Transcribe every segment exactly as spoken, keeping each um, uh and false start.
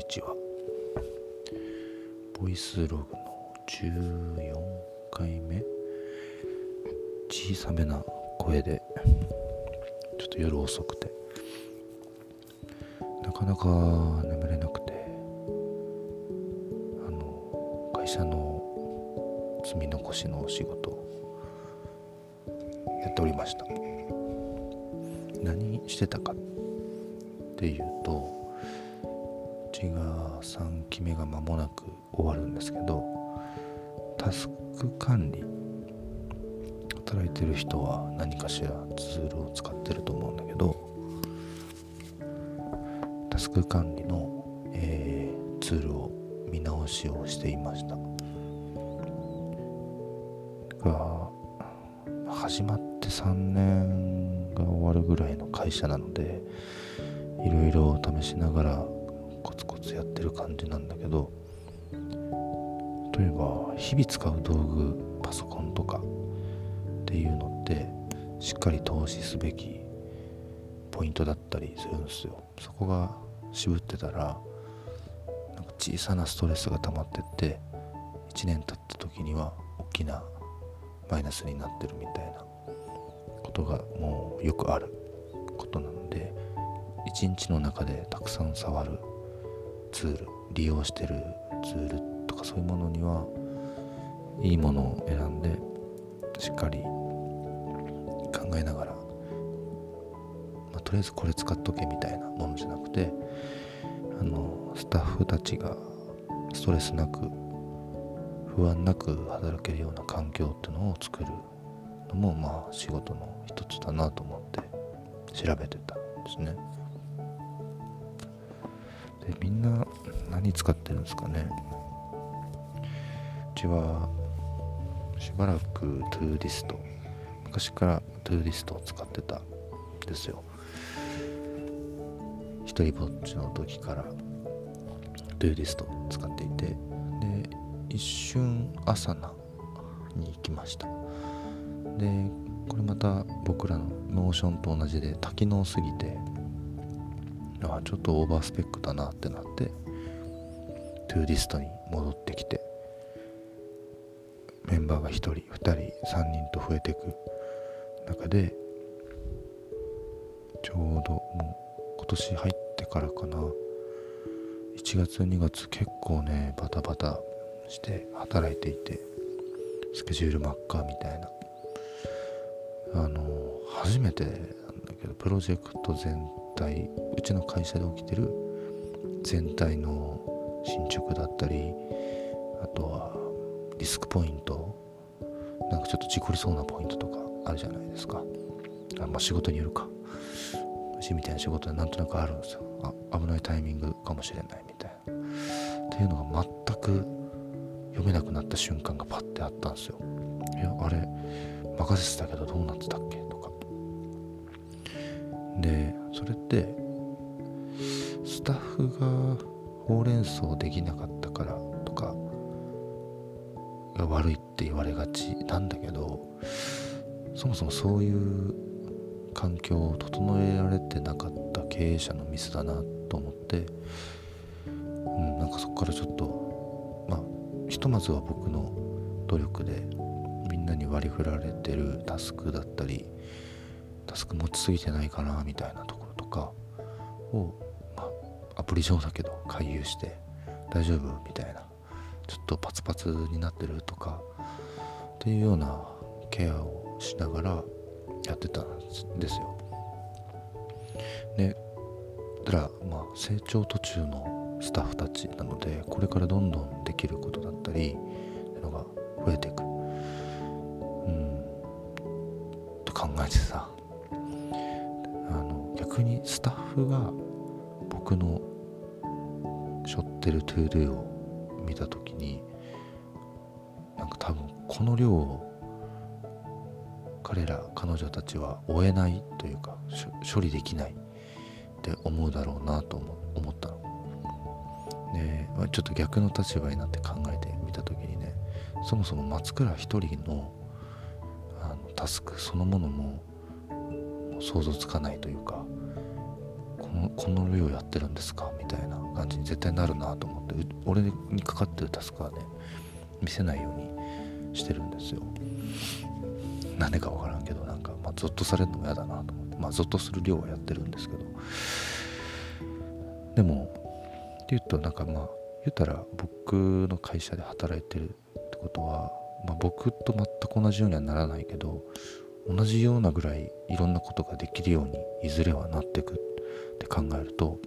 ちは。ボイスログのじゅうよんかいめ、小さめな声で、ちょっと夜遅くてなかなか眠れなくて、あの会社の積み残しのお仕事をやっておりました。何してたかっていうと、うちがさんきめが間もなく終わるんですけど、タスク管理、働いてる人は何かしらツールを使ってると思うんだけど、タスク管理の、えー、ツールを見直しをしていましたが、始まってさんねんが終わるぐらいの会社なので、いろいろ試しながらコツコツやってる感じなんだけど、例えば日々使う道具、パソコンとかっていうのってしっかり投資すべきポイントだったりするんですよ。そこが渋ってたら、なんか小さなストレスが溜まってっていちねん経った時には大きなマイナスになってるみたいなことがもうよくあることなので、一日の中でたくさん触るツール、利用してるツールとかそういうものにはいいものを選んでしっかり考えながら、まあ、とりあえずこれ使っとけみたいなものじゃなくて、あのスタッフたちがストレスなく不安なく働けるような環境っていうのを作るのもまあ仕事の一つだなと思って調べてたんですね。で、みんな何使ってるんですかね。うちはしばらくトゥーリスト、昔からトゥーリストを使ってたんですよ。一人ぼっちの時からトゥーリストを使っていて、で一瞬アサナに行きました。でこれまた僕らのノーションと同じで多機能すぎて、あちょっとオーバースペックだなってなってトゥーリストに戻ってきて、メンバーがひとり、ふたり、さんにんと増えていく中で、ちょうどもう今年入ってからかな、いちがつにがつ結構ねバタバタして働いていて、スケジュール真っ赤みたいな、あの初めてなんだけど、プロジェクト全体、うちの会社で起きてる全体の進捗だったり、あとはリスクポイント、なんかちょっと事故りそうなポイントとかあるじゃないですか。あ、まあ仕事によるか、うちみたいな仕事でなんとなくあるんですよ。あ、危ないタイミングかもしれないみたいなっていうのが全く読めなくなった瞬間がパッてあったんですよ。いや、あれ任せてたけどどうなってたっけとかで、それってスタッフがほうれん草できなかったからとかが悪いって言われがちなんだけど、そもそもそういう環境を整えられてなかった経営者のミスだなと思って、うん、なんかそこからちょっと、まあひとまずは僕の努力でみんなに割り振られてるタスクだったり、タスク持ちすぎてないかなみたいなところとかを、まあ、アプリ上だけど回遊して大丈夫みたいな、ちょっとパツパツになってるとかっていうようなケアをしながらやってたんですよ。で、ただまあ成長途中のスタッフたちなので、これからどんどんできることだったりっていうのが増えていく、うんと考えてさ、あの逆にスタッフが僕の背負ってるトゥードゥを見たときに、なんか多分この量を彼ら彼女たちは追えないというか処理できないって思うだろうなと思ったので、まあ、ちょっと逆の立場になって考えてみたときにね、そもそも松倉一人の、あのタスクそのものも想像つかないというか、こののこの量やってるんですかみたいな感じに絶対なるなと思って、俺にかかってるタスクはね見せないようにしてるんですよ。なんでか分からんけど、なんか、まあ、ゾッとされるのも嫌だなと思って、まあゾッとする量はやってるんですけど、でもって言うとなんかまあ言ったら僕の会社で働いてるってことは、まあ、僕と全く同じようにはならないけど、同じようなぐらいいろんなことができるようにいずれはなっていくって考えると、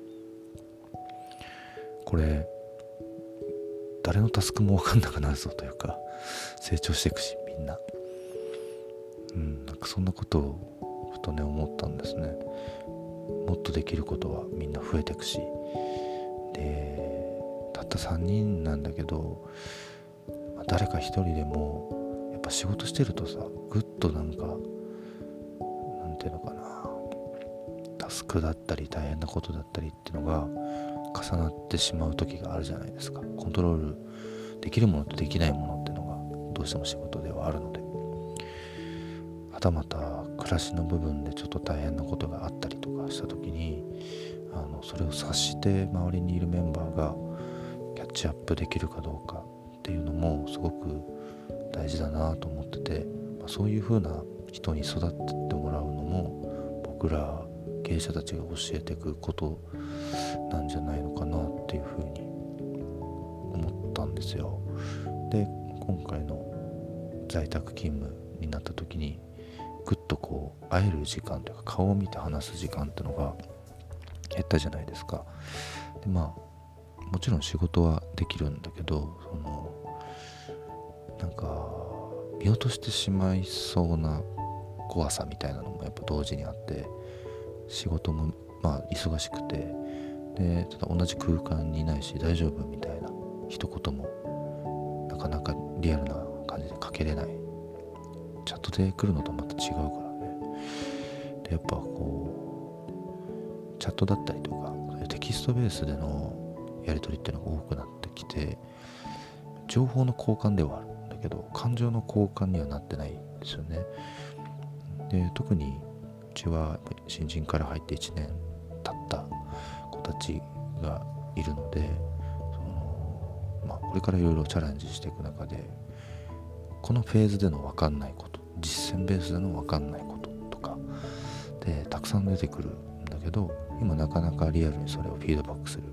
これ誰のタスクも分かんなくなるぞというか、成長していくしみんな、うん、なんかそんなことをふとね思ったんですね。もっとできることはみんな増えていくし、でたったさんにんなんだけど、まあ、誰か一人でもやっぱ仕事してるとさ、ぐっとなんかなんていうのかな、タスクだったり大変なことだったりっていうのが重なってしまう時があるじゃないですか。コントロールできるものとできないものっていうのがどうしても仕事ではあるので、はたまた暮らしの部分でちょっと大変なことがあったりとかした時に、あのそれを察して周りにいるメンバーがキャッチアップできるかどうかっていうのもすごく大事だなと思ってて、まあ、そういう風な人に育ってってもらうのも僕ら経営者たちが教えていくことなんじゃないのかなっていう風に思ったんですよ。で今回の在宅勤務になった時にぐっとこう会える時間というか顔を見て話す時間っていうのが減ったじゃないですか。でまあもちろん仕事はできるんだけど、そのなんか見落としてしまいそうな怖さみたいなのもやっぱ同時にあって、仕事もまあ忙しくて、でただ同じ空間にいないし大丈夫みたいな一言もなかなかリアルな感じでかけれない。チャットで来るのとまた違うからね。でやっぱこうチャットだったりとかテキストベースでのやり取りっていうのが多くなってきて、情報の交換ではあるんだけど感情の交換にはなってないんですよね。で特にうちは新人から入っていちねん経った子たちがいるので、その、まあ、これからいろいろチャレンジしていく中で、このフェーズでの分かんないこと、実践ベースでの分かんないこととかでたくさん出てくるんだけど、今なかなかリアルにそれをフィードバックする、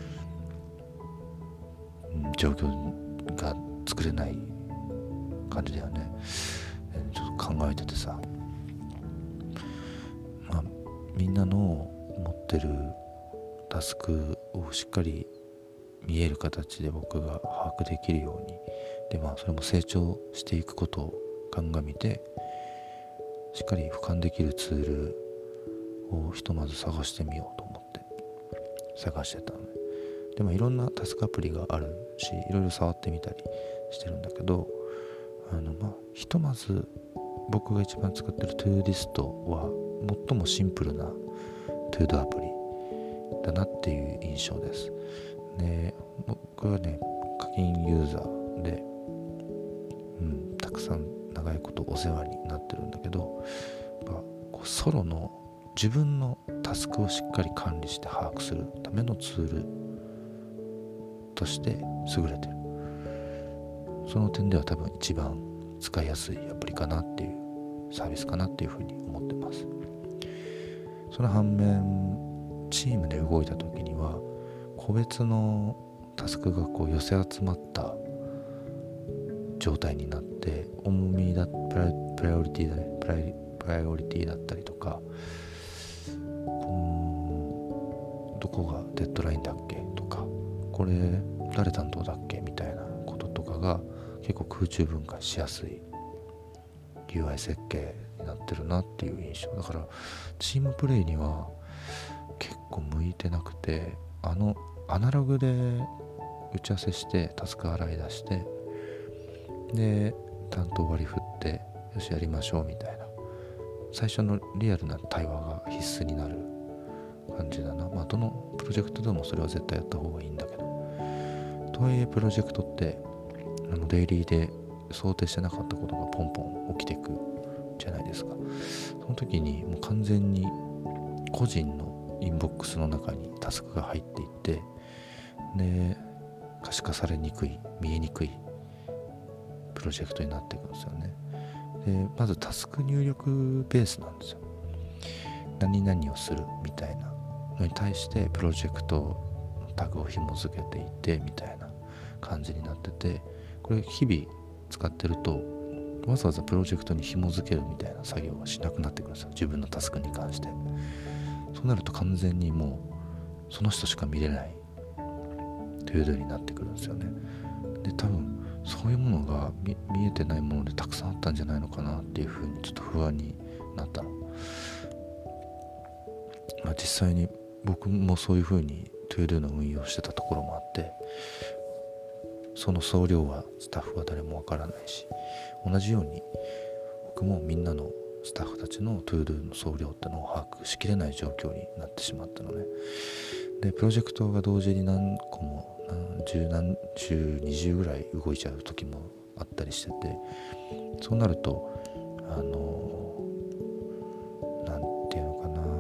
うん、状況が作れない感じだよね。ちょっと考えててさ、まあみんなの持ってるタスクをしっかり見える形で僕が把握できるように、でまあそれも成長していくことを鑑みてしっかり俯瞰できるツールをひとまず探してみようと思って探してたのね。でもいろんなタスクアプリがあるし、いろいろ触ってみたりしてるんだけど、あのまあひとまず僕が一番使ってるトゥーディストは最もシンプルなトゥードアプリだなっていう印象です。で僕はね課金ユーザーで、うん、たくさん長いことお世話になってるんだけど、まあ、こうソロの自分のタスクをしっかり管理して把握するためのツールとして優れてる。その点では多分一番使いやすいアプリかなっていうサービスかなっていうふうに思ってます。その反面チームで動いた時には個別のタスクがこう寄せ集まった状態になって、重みだプライプライオリティだねプライプライオリティだったりとか、うーんどこがデッドラインだっけとか、これ誰担当だっけみたいなこととかが結構空中分解しやすい ユーアイ 設計になってるなっていう印象だから、チームプレイには結構向いてなくて、あのアナログで打ち合わせしてタスク洗い出してで担当割り振ってよしやりましょうみたいな、最初のリアルな対話が必須になる感じだな。まあどのプロジェクトでもそれは絶対やった方がいいんだけど、とはいえプロジェクトってあのデイリーで想定してなかったことがポンポン起きていくじゃないですか。その時にもう完全に個人のインボックスの中にタスクが入っていって、で可視化されにくい、見えにくいプロジェクトになっていくんですよね。でまずタスク入力ベースなんですよ。何々をするみたいなのに対してプロジェクトタグを紐付けていってみたいな感じになってて、これ日々使ってるとわざわざプロジェクトに紐付けるみたいな作業はしなくなってくるんですよ、自分のタスクに関して。そうなると完全にもうその人しか見れないトゥードゥになってくるんですよね。で多分そういうものが 見, 見えてないものでたくさんあったんじゃないのかなっていうふうにちょっと不安になったの。まあ、実際に僕もそういうふうにトゥードゥの運用してたところもあって、その総量はスタッフは誰もわからないし、同じように僕もみんなのスタッフたちのトゥードゥの総量ってのを把握しきれない状況になってしまったのね。でプロジェクトが同時に何個も何十何十二十ぐらい動いちゃう時もあったりしてて、そうなるとあのなんていうのかな、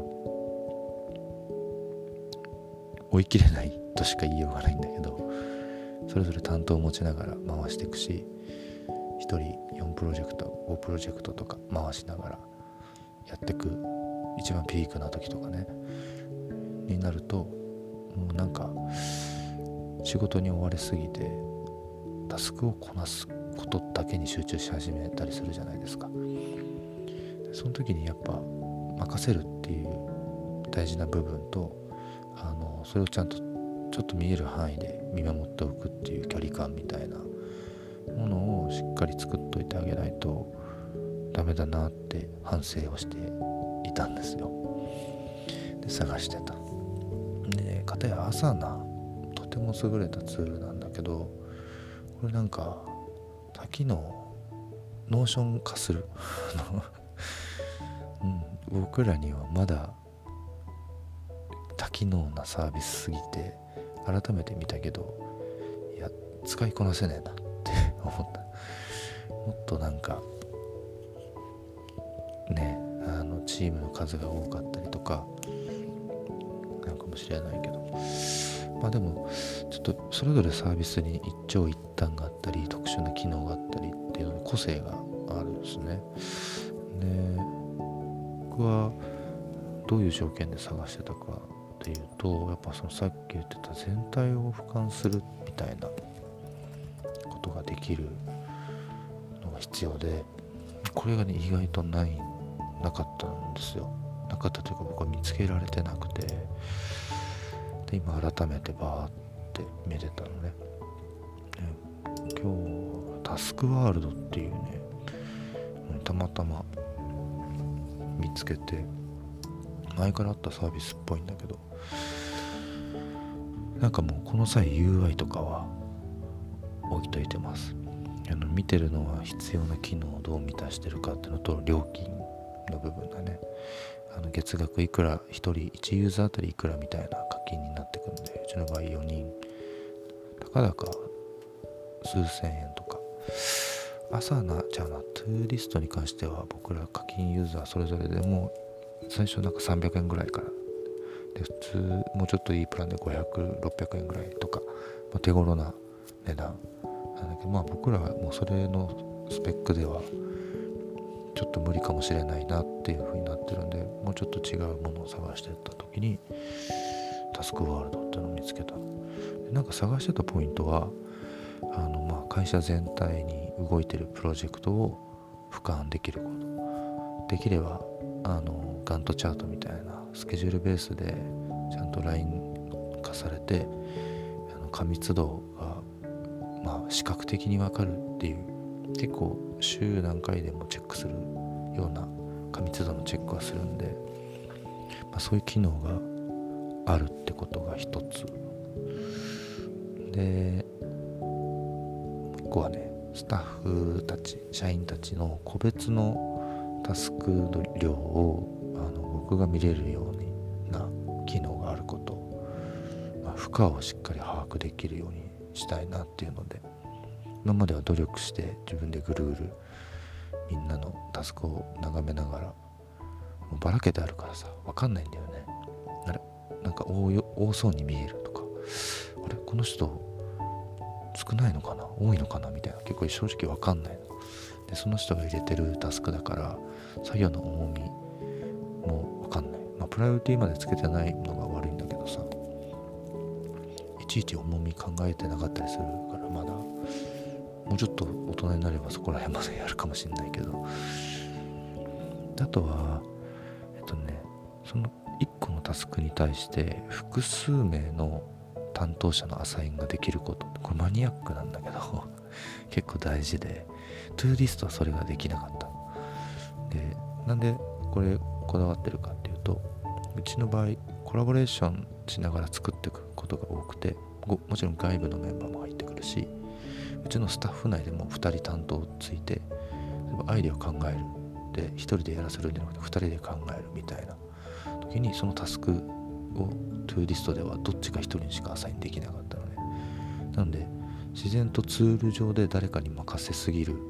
追い切れないとしか言いようがないんだけど、それぞれ担当を持ちながら回していくし、ひとりよんプロジェクトごプロジェクトとか回しながらやっていく、一番ピークな時とかねになると、もうなんか仕事に追われすぎてタスクをこなすことだけに集中し始めたりするじゃないですか。でその時にやっぱ任せるっていう大事な部分と、あのそれをちゃんとちょっと見える範囲で見守っておくっていう距離感みたいなものをしっかり作っといてあげないとダメだなって反省をしていたんですよ。で探してた。でかたやアサナ、とても優れたツールなんだけど、これなんか多機能ノーション化する、うん、僕らにはまだ多機能なサービスすぎて、改めて見たけど、いや使いこなせねえなって思った。もっとなんかね、あのチームの数が多かったりとかなんかもしれないけど、まあでもちょっとそれぞれサービスに一長一短があったり、特殊な機能があったりっていうのに個性があるんですね。で僕はどういう条件で探してたかっていうと、やっぱそのさっき言ってた全体を俯瞰するみたいなことができるのが必要で、これがね意外とないなかったんですよ。なかったというか僕は見つけられてなくて、で今改めてバーって見れたのね。ね今日タスクワールドっていうね、たまたま見つけて、前からあったサービスっぽいんだけど、なんかもうこの際 ユーアイ とかは置いといてます。あの見てるのは必要な機能をどう満たしてるかっていうのと、料金の部分だね。あの月額いくら、ひとりいちユーザーあたりいくらみたいな課金になってくるんで、うちの場合よにん、たかだか数千円とか。朝なじゃあなトゥーリストに関しては僕ら課金ユーザーそれぞれでも最初なんかさんびゃくえんぐらいからで、普通もうちょっといいプランでごひゃく、ろっぴゃくえんぐらいとか、まあ、手頃な値段なんだけど、まあ僕らはもうそれのスペックではちょっと無理かもしれないなっていう風になってるんで、もうちょっと違うものを探してった時にタスクワールドっていうのを見つけた。でなんか探してたポイントは、あのまあ会社全体に動いてるプロジェクトを俯瞰できること、できればあのガントチャートみたいなスケジュールベースでちゃんとライン化されて、あの過密度がまあ視覚的に分かるっていう、結構週何回でもチェックするような過密度のチェックはするんで、まあ、そういう機能があるってことが一つで、もう一個はね、スタッフたち社員たちの個別のタスクの量をあの僕が見れるような機能があること、まあ、負荷をしっかり把握できるようにしたいなっていうので、今までは努力して自分でぐるぐるみんなのタスクを眺めながら、もうばらけてあるからさ分かんないんだよね。あれなんか 多, よ多そうに見えるとか、あれこの人少ないのかな多いのかなみたいな、結構正直わかんないので、その人が入れてるタスクだから作業の重みもわかんない。まあプライオリティまでつけてないのが悪いんだけどさ、いちいち重み考えてなかったりするから、まだもうちょっと大人になればそこら辺までやるかもしれないけど、あとはえっとねそのいっこのタスクに対して複数名の担当者のアサインができること、これマニアックなんだけど結構大事で、トゥーリストはそれができなかった。で、なんでこれこだわってるかっていうと、うちの場合コラボレーションしながら作っていくことが多くて、もちろん外部のメンバーも入ってくるし、うちのスタッフ内でもふたり担当ついて、アイデアを考えるでひとりでやらせるんじゃなくてふたりで考えるみたいな時に、そのタスクをトゥーリストではどっちかひとりにしかアサインできなかったのね。なので自然とツール上で誰かに任せすぎる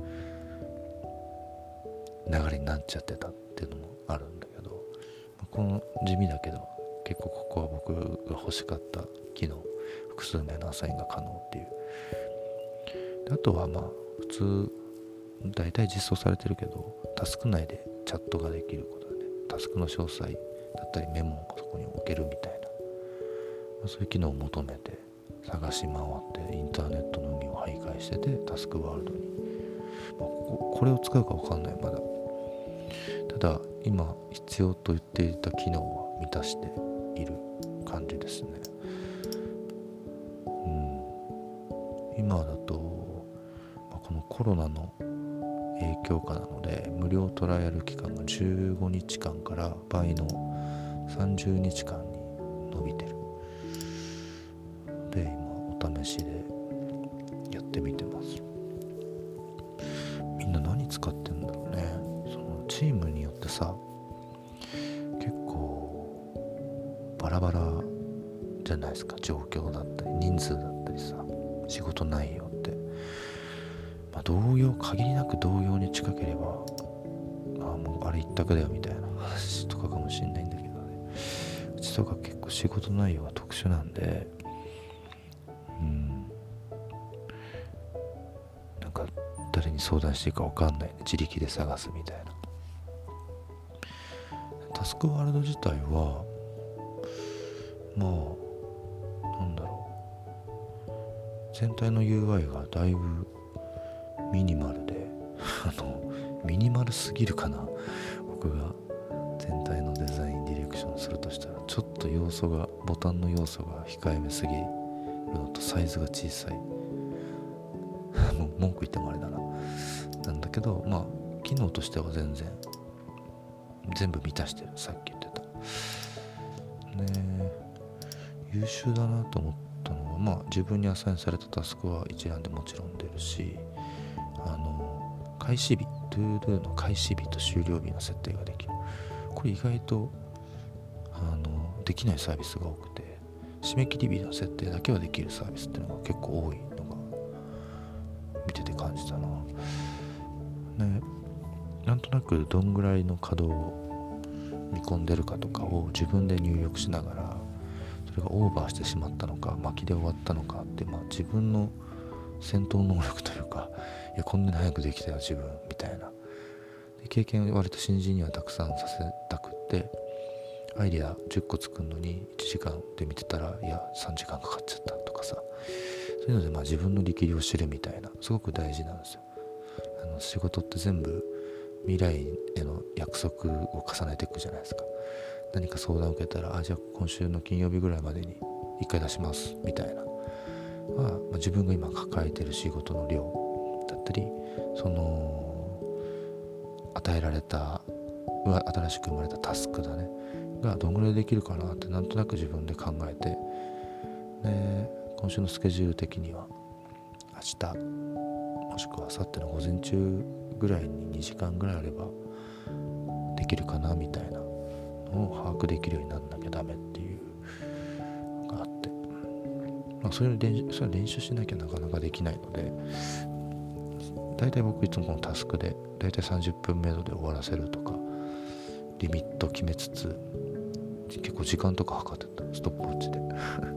流れになっちゃってたっていうのもあるんだけど、この地味だけど結構ここは僕が欲しかった機能、複数名のアサインが可能っていう。であとはまあ普通大体実装されてるけど、タスク内でチャットができることで、タスクの詳細だったりメモをそこに置けるみたいな、まあ、そういう機能を求めて探し回ってインターネットの海を徘徊してて、タスクワールドに、まあ、こ, これを使うか分かんないまだ。ただ今必要と言っていた機能は満たしている感じですね。うん、今だと、まあ、このコロナの影響下なので無料トライアル期間がじゅうごにちかんから倍のさんじゅうにちかんに伸びてるで、今お試しでやってみてます。みんな何使ってんだろうね。そのチームによってさ、結構バラバラじゃないですか。状況だったり人数だったりさ、仕事内容って、まあ、同様限りなく同様に近ければ、ああもうあれ一択だよみたいな話とかかもしれないんだけどね、うちとか結構仕事内容が特殊なんで、うんなんか誰に相談していいか分かんないね、自力で探すみたいな。タスクワールド自体はまあなんだろう、全体の ユーアイ がだいぶミニマルであのミニマルすぎるかな。僕が全体のデザインディレクションするとしたら、ちょっと要素がボタンの要素が控えめすぎるのとサイズが小さいもう文句言ってもあれだななんだけど、まあ機能としては全然全部満たしてる。さっき言ってたね。優秀だなと思ったのは、まあ自分にアサインされたタスクは一覧でもちろん出るし、あの開始日、トゥードゥの開始日と終了日の設定ができる。これ意外とあのできないサービスが多くて、締め切り日の設定だけはできるサービスっていうのが結構多いのが見てて感じたな。ね、なんとなくどんぐらいの稼働を見込んでるかとかを自分で入力しながら、それがオーバーしてしまったのか巻きで終わったのかって、まあ自分の戦闘能力というか、いやこんなに早くできたよ自分みたいなで経験を割と新人にはたくさんさせたくって、アイデアじゅっこ作るのにいちじかんで見てたら、いやさんじかんかかっちゃったとかさ、そういうのでまあ自分の力量を知るみたいな、すごく大事なんですよ。あの仕事って全部未来への約束を重ねていくじゃないですか。何か相談を受けたら、あじゃあ今週の金曜日ぐらいまでにいっかい出しますみたいな、まあ、まあ、自分が今抱えてる仕事の量だったり、その与えられた新しく生まれたタスクだねがどんぐらいできるかなってなんとなく自分で考えて、で今週のスケジュール的には明日もしくは明後日の午前中ぐらいににじかんぐらいあればできるかなみたいなのを把握できるようにならなきゃダメっていうのがあって、まあ、それを練習、それは練習しなきゃなかなかできないので、だいたい僕いつもこのタスクでだいたいさんじゅっぷんめどで終わらせるとかリミット決めつつ結構時間とか測ってた、ストップウォッチで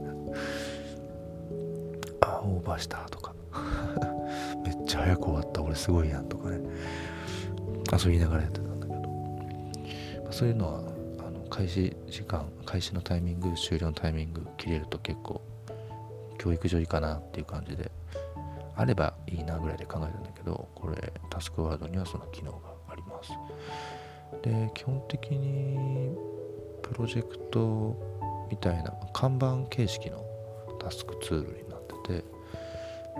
あオーバーしたとかめっちゃ早く終わった、俺すごいやんとかね、あそう言いながらやってたんだけど、まあ、そういうのはあの開始時間開始のタイミング終了のタイミング切れると結構教育上いいかなっていう感じであればいいなぐらいで考えたんだけど、これタスクワードにはその機能があります。で基本的にプロジェクトみたいな看板形式のタスクツールになってて、うん、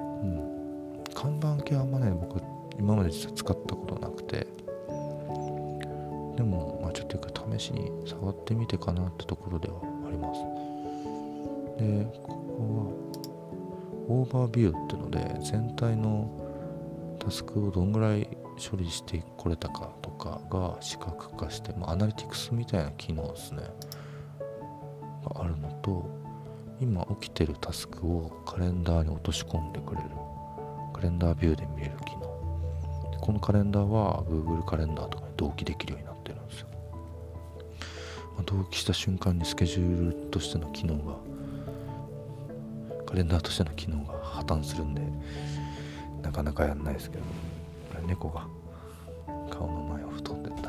看板系はあんまね僕今まで実は使ったことなくて、でもまあちょっというか試しに触ってみてかなってところではあります。でここはオーバービューっていうので全体のタスクをどんぐらい処理してこれたかとかが視覚化して、まあ、アナリティクスみたいな機能ですねがあるのと、今起きてるタスクをカレンダーに落とし込んでくれるカレンダービューで見れる機能、このカレンダーは Google カレンダーとかに同期できるようになってるんですよ。まあ、同期した瞬間にスケジュールとしての機能がカレンダーとしての機能が破綻するんでなかなかやんないですけど、これ猫が顔の前を布団でた。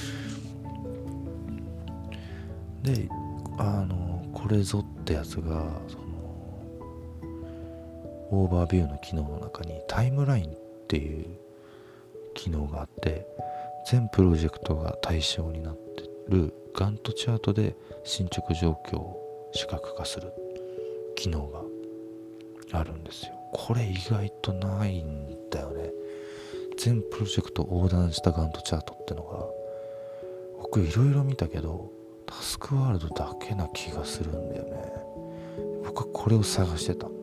であのこれぞってやつがそのオーバービューの機能の中にタイムラインっていう機能があって、全プロジェクトが対象になってるガントチャートで進捗状況を視覚化する機能があるんですよ。これ意外とないんだよね。全プロジェクトを横断したガントチャートってのが僕いろいろ見たけどタスクワールドだけな気がするんだよね。僕はこれを探してた。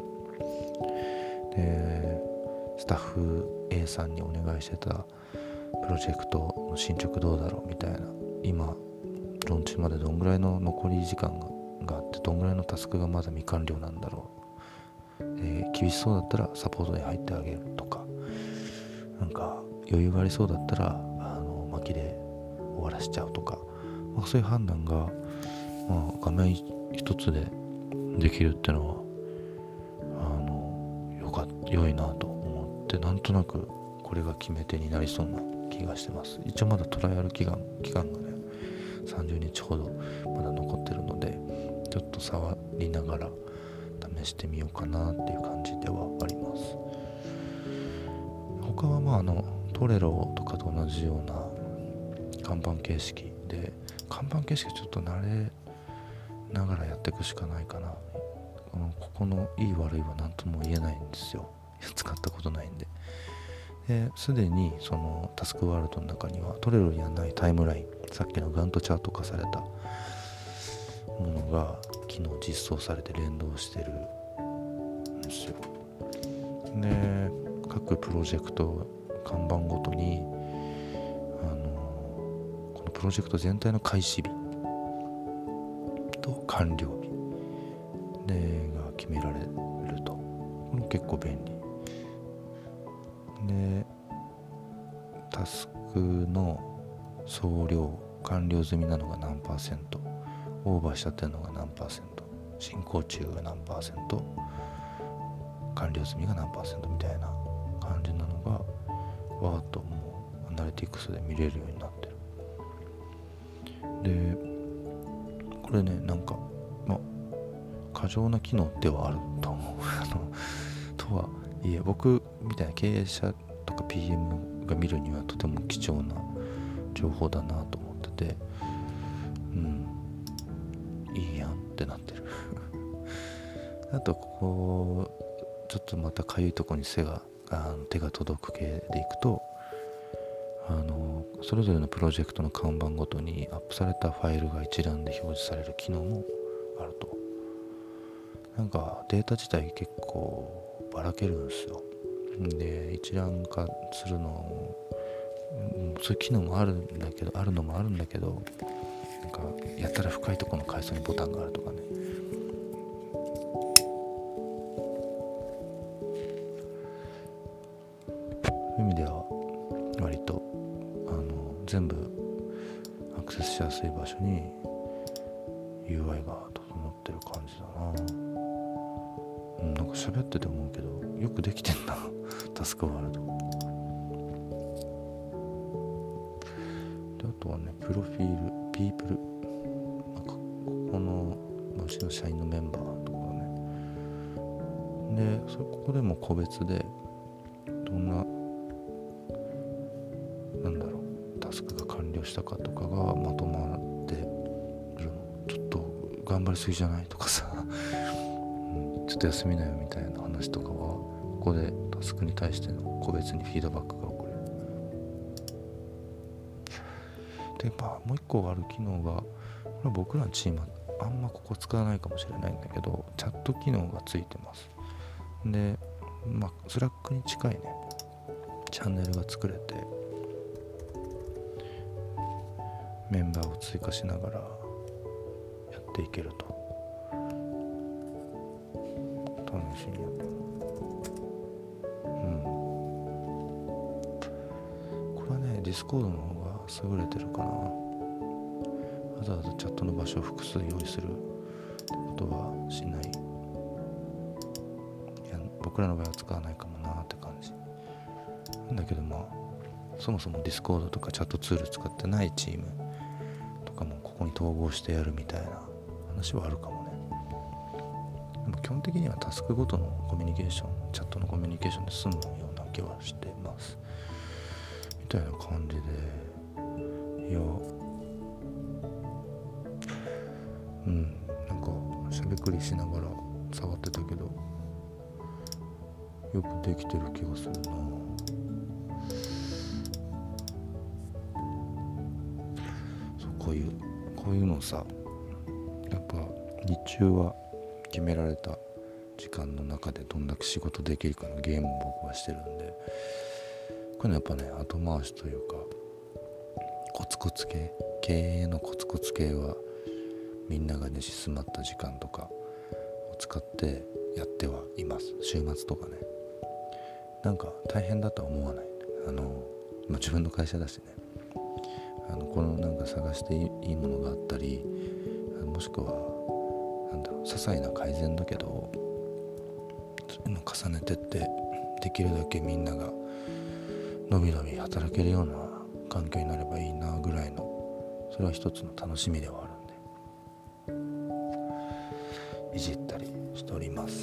でスタッフ A さんにお願いしてたプロジェクトの進捗どうだろうみたいな、今ローンチまでどんぐらいの残り時間があってどんぐらいのタスクがまだ未完了なんだろう、えー、厳しそうだったらサポートに入ってあげるとか、なんか余裕がありそうだったらあの巻きで終わらしちゃうとか、まあ、そういう判断が、まあ、画面一つでできるってのはあのよか良いなと思って、なんとなくこれが決め手になりそうな気がしてます。一応まだトライアル期間期間がねさんじゅうにちほどまだ残ってるので、ちょっと触りながら試してみようかなっていう感じではあります。他はまああのトレロとかと同じような看板形式で、看板形式ちょっと慣れながらやっていくしかないかな。このここのいい悪いは何とも言えないんですよ。使ったことないんで。ですでにそのタスクワールドの中にはトレロにはないタイムライン、さっきのガントチャート化されたものが昨日実装されて連動してるんですよ。で各プロジェクト看板ごとにあのこのプロジェクト全体の開始日と完了日でが決められると、これ結構便利で、タスクの総量完了済みなのが何パーセント、オーバーしちゃってるのが何パーセント、進行中が何パーセント、完了済みが何パーセントみたいな感じなのがわーっともうアナリティクスで見れるようになってる。でこれねなんかまあ過剰な機能ではあると思うあのとはいえ僕みたいな経営者とか ピーエム が見るにはとても貴重な情報だなと思ってて、うんいいやんってなってるあとここちょっとまたかゆいとこに背があの手が届く系でいくと、あのそれぞれのプロジェクトの看板ごとにアップされたファイルが一覧で表示される機能もあると。なんかデータ自体結構ばらけるんですよ。で一覧化するのも、うん、そういう機能もあるんだけどあるのもあるんだけどなんかやったら深いところの階層にボタンがあるとかね、そういう意味では割とあの全部アクセスしやすい場所にユーアイ が整ってる感じだな。うん、なんか喋ってて思うけどよくできてんなタスクワールドで。あとはねプロフィール、ピープル、なんかここのうちの社員のメンバーとかね、でそここでも個別でどんななんだろうタスクが完了したかとかがまとまってるの。ちょっと頑張りすぎじゃないとかさちょっと休みなよみたいな話とかはここでタスクに対しての個別にフィードバックが送れる。でまあもう一個ある機能がこれは僕らのチームはあんまここ使わないかもしれないんだけどチャット機能がついてます。でまあスラックに近いねチャンネルが作れてメンバーを追加しながらやっていけると。試しにやってもうんこれはねディスコードの方が優れてるかな。わざわざチャットの場所を複数用意するってことはしない。いや僕らの場合は使わないかもなって感じなんだけど、まあそもそもディスコードとかチャットツール使ってないチームとかもここに統合してやるみたいな話はあるかもね。でも基本的にはタスクごとのコミュニケーション、チャットのコミュニケーションで済むような気はしてますみたいな感じで、いやうんなんかしゃべくりしながら触ってたけどよくできてる気がするな。そうこういうこういうのさやっぱ日中は決められた時間の中でどんだけ仕事できるかのゲームを僕はしてるんで、これやっぱね後回しというかコツコツ系経営のコツコツ系はみんなが寝静まった時間とかを使ってやってはいます。週末とかねなんか大変だとは思わない。あの、まあ、自分の会社だしねあのこのなんか探していいものがあったりもしくはなんだろう些細な改善だけどそういうのを重ねてってできるだけみんながのびのび働けるような環境になればいいなぐらいのそれは一つの楽しみではあるんでいじったりしております。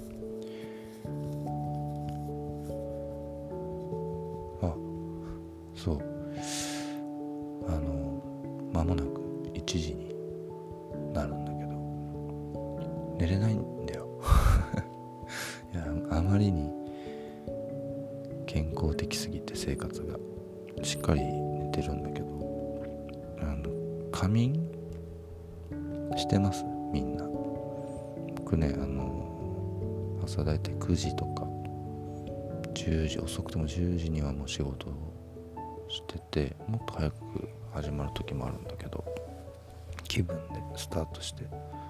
あそうあの間もなくいちじになるんだけど寝れないんだよいやあまりに健康的すぎて生活がしっかり寝てるんだけどあの仮眠してますみんな。僕ねあの朝だいたいくじとかじゅうじ遅くてもじゅうじにはもう仕事をしててもっと早く始まる時もあるんだけど気分でスタートしてで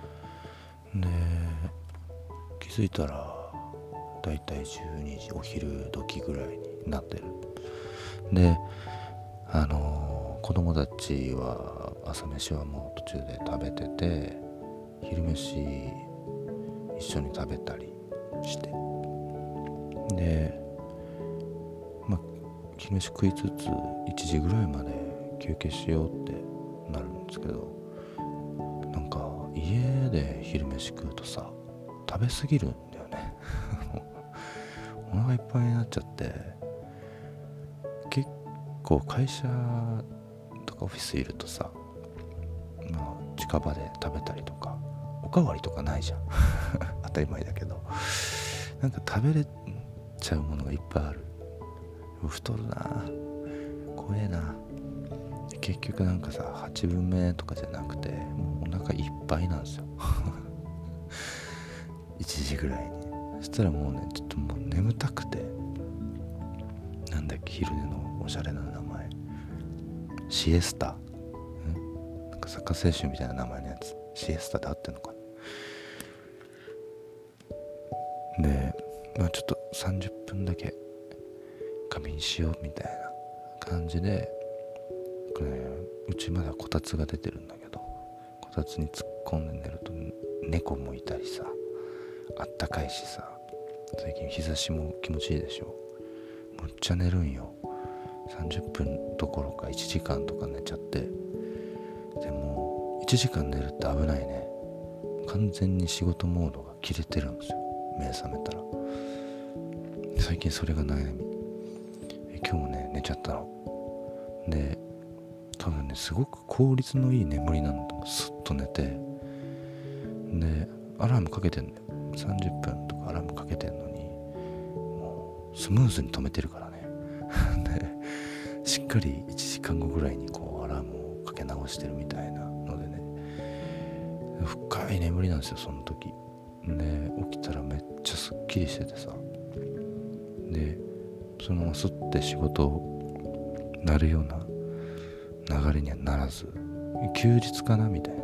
気づいたらだいたいじゅうにじお昼時ぐらいになってる。であの子供たちは朝飯はもう途中で食べてて昼飯一緒に食べたりしてでまあ昼飯食いつついちじぐらいまで休憩しようってなるんですけどなんか家で昼飯食うとさ食べ過ぎるんだよねお腹いっぱいになっちゃって結構会社とかオフィスいるとさまあ近場で食べたりとかおかわりとかないじゃん当たり前だけどなんか食べれちゃうものがいっぱいある。太るな怖えな。結局なんかさはちぶんめとかじゃなくてもうお腹いっぱいなんですよいちじぐらいに。そしたらもうねちょっともう眠たくてなんだっけ昼寝のおしゃれな名前シエスタんなんかサッカー選手みたいな名前のやつシエスタで合ってんのかな。でまあちょっとさんじゅっぷんだけ仮眠しようみたいな感じでこれうちまだこたつが出てるんだけどこたつに突っ込んで寝ると猫もいたりさ、あったかいしさ、最近日差しも気持ちいいでしょ。むっちゃ寝るんよ。さんじゅっぷんどころかいちじかんとか寝ちゃって、でもいちじかん寝るって危ないね。完全に仕事モードが切れてるんですよ、目覚めたら。最近それが悩み。今日もね寝ちゃったので、多分ねすごく効率のいい眠りなんだ。スッと寝て、でアラームかけてんだよ。さんじゅっぷんとかアラームかけてんのに、もうスムーズに止めてるからねでしっかりいちじかんごぐらいにこうアラームをかけ直してるみたいなのでね、深い眠りなんですよその時で。起きたらめっちゃすっきりしててさ、でそのままスッて仕事をなるような流れにはならず、休日かなみたいな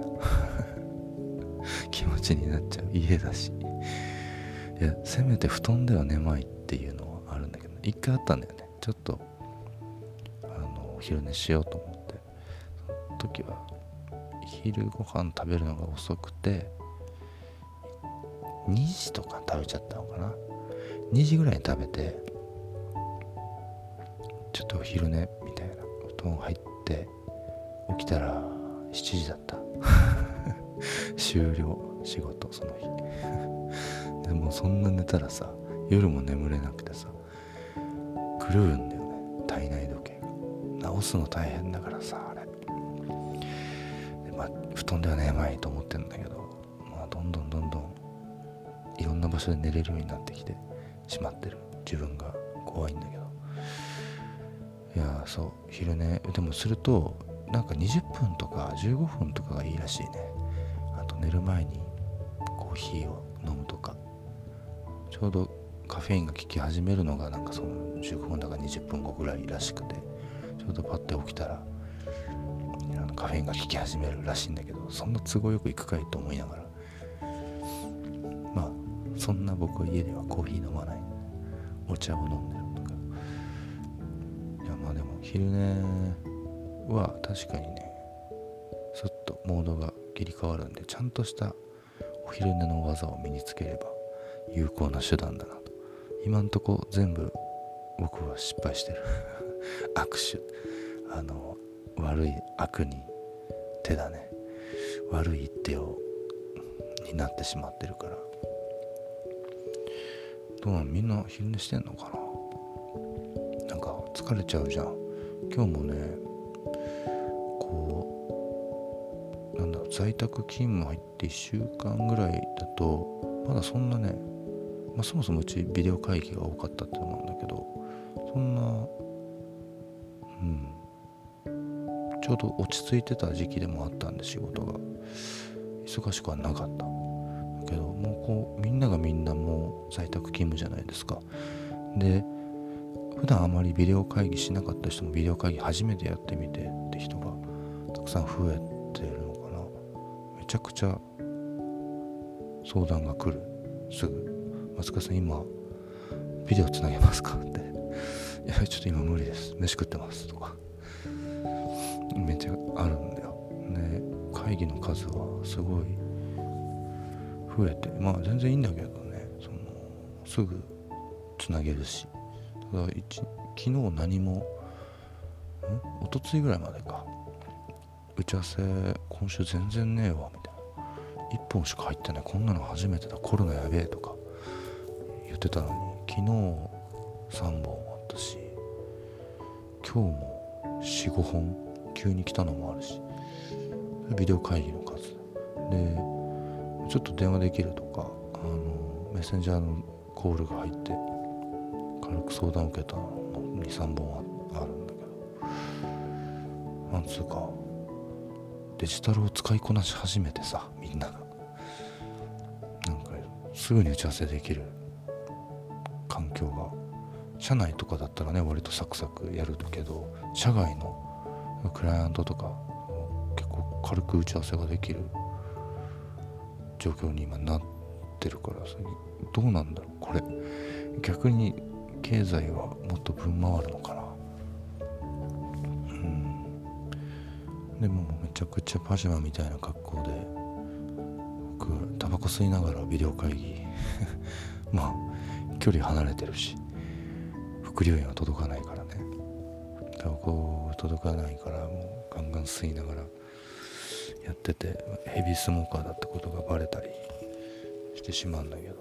気持ちになっちゃう。家だし、いやせめて布団では眠いっていうのはあるんだけど、一回あったんだよね。ちょっとあのお昼寝しようと思って、その時は昼ご飯食べるのが遅くてにじとか食べちゃったのかな。にじぐらいに食べて、ちょっとお昼寝みたいな、布団入って起きたらしちじだった終了、仕事その日でもそんな寝たらさ、夜も眠れなくてさ、狂うんだよね、体内時計が。直すの大変だからさ、あれで、まあ、布団では眠いと思ってるんだけど、まあ、どんどんどんどんいろんな場所で寝れるようになってきてしまってる自分が怖いんだけど。いやそう、昼寝でもするとなんかにじゅっぷんとかじゅうごふんとかがいいらしいね。あと寝る前にコーヒーを飲むとか、ちょうどカフェインが効き始めるのがなんかそのじゅうごふんだかにじゅっぷんごぐらいらしくて、ちょうどパッて起きたらあのカフェインが効き始めるらしいんだけど、そんな都合よくいくかいと思いながら、まあそんな僕は家ではコーヒー飲まない、お茶を飲んでるとか。いやまあでも昼寝は確かにね、すっとモードが切り替わるんで、ちゃんとしたお昼寝の技を身につければ有効な手段だなと。今んとこ全部僕は失敗してる悪手、あの悪い悪に手だね。悪い一手をになってしまってるから。どうなの、みんな昼寝してんのかな。なんか疲れちゃうじゃん。今日もね、こうなんだろう、在宅勤務入っていっしゅうかんぐらいだとまだそんなね、まあ、そもそもうちビデオ会議が多かったってのもあるんだけど、そんなうんちょうど落ち着いてた時期でもあったんで、仕事が忙しくはなかった。だけどもうこうみんながみんなもう在宅勤務じゃないですか。で普段あまりビデオ会議しなかった人もビデオ会議初めてやってみてって人がたくさん増えてるのかな。めちゃくちゃ相談が来る。すぐ松川さん今ビデオつなげますかって、いやちょっと今無理です、飯食ってますとかめっちゃあるんだよね。会議の数はすごい増えて、まあ全然いいんだけどね、そのすぐつなげるし、ただ一昨日何もん一昨日ぐらいまでか、打ち合わせ今週全然ねえわみたいな、いっぽんしか入ってない、こんなの初めてだ、コロナやべえとか言ってたのに、昨日さんぼんあったし、今日もよん、ごほん急に来たのもあるし、ビデオ会議の数でちょっと電話できるとか、あのメッセンジャーのコールが入って軽く相談を受けたのに、さんぼん あ, あるんだけど、なんつうかデジタルを使いこなし始めてさ、みんながなんかすぐに打ち合わせできる環境が、社内とかだったらね割とサクサクやるけど、社外のクライアントとか結構軽く打ち合わせができる状況に今なってるからさ、どうなんだろうこれ、逆に経済はもっとぶん回るのかな。うんでももうめちちゃくちゃパジャマみたいな格好で僕タバコ吸いながらビデオ会議まあ距離離れてるし副流煙は届かないからね、タバコ届かないからもうガンガン吸いながらやってて、ヘビースモーカーだったことがバレたりしてしまうんだけど、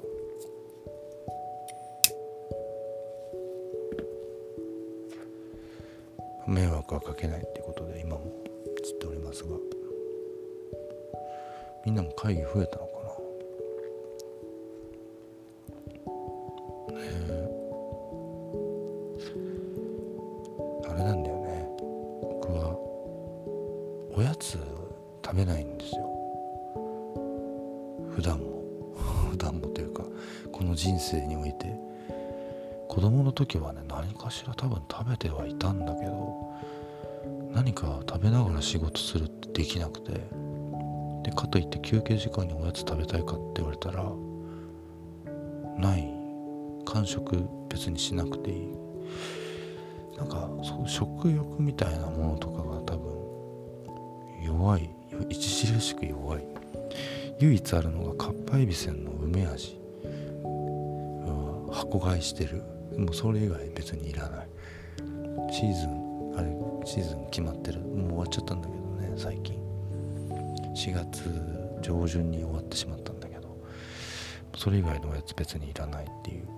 迷惑はかけないってことで今もつっておりますが、みんなも会議増えたのかな。ねえ、あれなんだよね、僕はおやつ食べないんですよ、普段も普段もというかこの人生において。子供の時はね、何かしら多分食べてはいたんだけど、何か食べながら仕事するってできなくて、でかといって休憩時間におやつ食べたいかって言われたらない。間食別にしなくていい。なんかそう食欲みたいなものとかが多分弱い、著しく弱い。唯一あるのがかっぱえびせんの梅味、箱買いしてる。もうそれ以外別にいらない。シーズンあれシーズン決まってる、もう終わっちゃったんだけどね、最近しがつ上旬に終わってしまったんだけど、それ以外のやつ別にいらないっていう、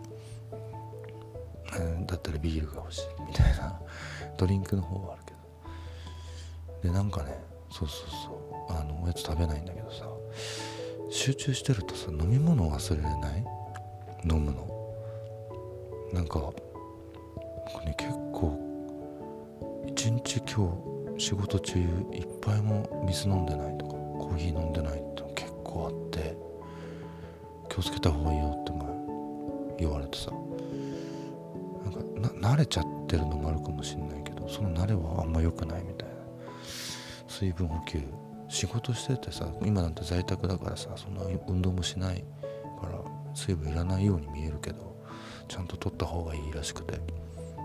だったらビールが欲しいみたいなドリンクの方はあるけど、でなんかね、そうそうそう、あのおやつ食べないんだけどさ、集中してるとさ、飲み物忘れれない？飲むのなんか僕ね、結構一日今日仕事中一杯も水飲んでないとかコーヒー飲んでないって結構あって、気をつけた方がいいよって前言われてさ、なんかな慣れちゃってるのもあるかもしれないけど、その慣れはあんま良くないみたいな。水分補給、仕事しててさ、今なんて在宅だからさ、そんな運動もしないから水分いらないように見えるけど、ちゃんと取った方がいいらしくて、ね、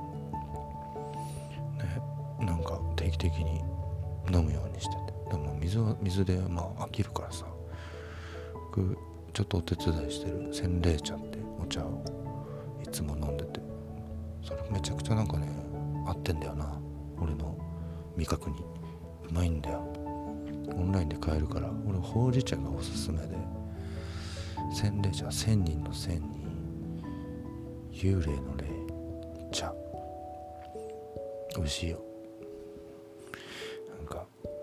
なんか定期的に飲むようにしてて、でも水は水でまあ飽きるからさ、僕ちょっとお手伝いしてる洗礼茶ってお茶をいつも飲んでて、それめちゃくちゃなんかね合ってんだよな、俺の味覚に。うまいんだよ。オンラインで買えるから、俺ほうじ茶がおすすめで、洗礼茶、千人の千に幽霊の霊茶、美味しいよ。なんか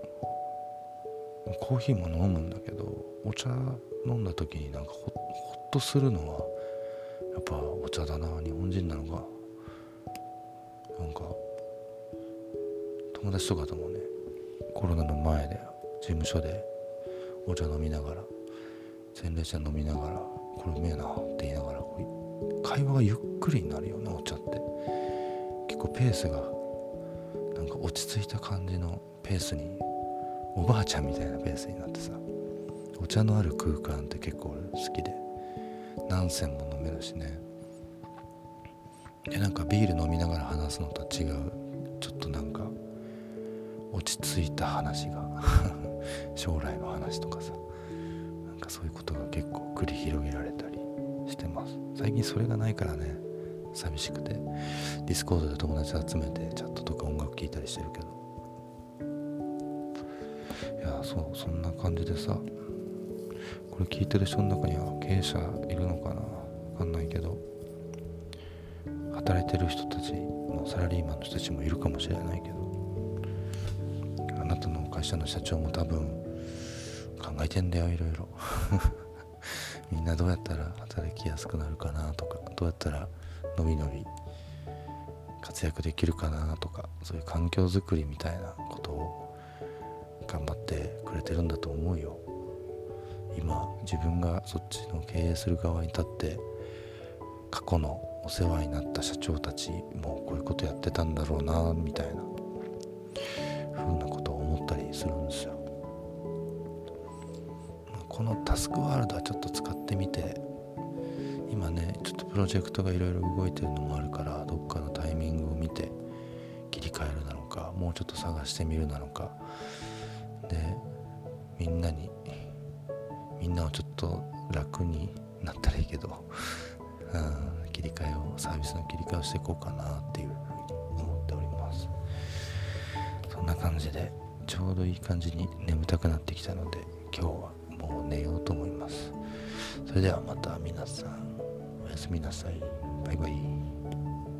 コーヒーも飲むんだけど、お茶飲んだ時になんか ほ, ほっとするのはやっぱお茶だな。日本人なのか、なんか友達とかともね、コロナの前で事務所でお茶飲みながら、洗礼茶飲みながら、これうめえなって言いながら、会話がゆっくりになるよね、お茶って。結構ペースがなんか落ち着いた感じのペースに、おばあちゃんみたいなペースになってさ、お茶のある空間って結構俺好きで、何銭も飲めるしね。でなんかビール飲みながら話すのとは違う、ちょっとなんか落ち着いた話が将来の話とかさ、なんかそういうことが結構繰り広げられたりしてます。最近それがないからね、寂しくてディスコードで友達集めてチャットとか音楽聴いたりしてるけど、いやそうそんな感じでさ、これ聞いてる人の中には経営者いるのかな、わかんないけど、働いてる人たちもサラリーマンの人たちもいるかもしれないけど、あなたの会社の社長も多分考えてんだよ、いろいろみんなどうやったら働きやすくなるかなとか、どうやったらのびのび活躍できるかなとか、そういう環境づくりみたいなことを頑張ってくれてるんだと思うよ。今自分がそっちの経営する側に立って、過去のお世話になった社長たちもこういうことやってたんだろうなみたいなふうなことを思ったりするんですよ。このタスクワールドはちょっと使ってみて、今ねちょっとプロジェクトがいろいろ動いてるのもあるから、どっかのタイミングを見て切り替えるなのか、もうちょっと探してみるなのか、 でみんなにみんなをちょっと楽になったらいいけど、うん、切り替えをサービスの切り替えをしていこうかなっていうふうに思っております。そんな感じでちょうどいい感じに眠たくなってきたので、今日はもう寝ようと思います。それではまた皆さんおやすみなさい。バイバイ。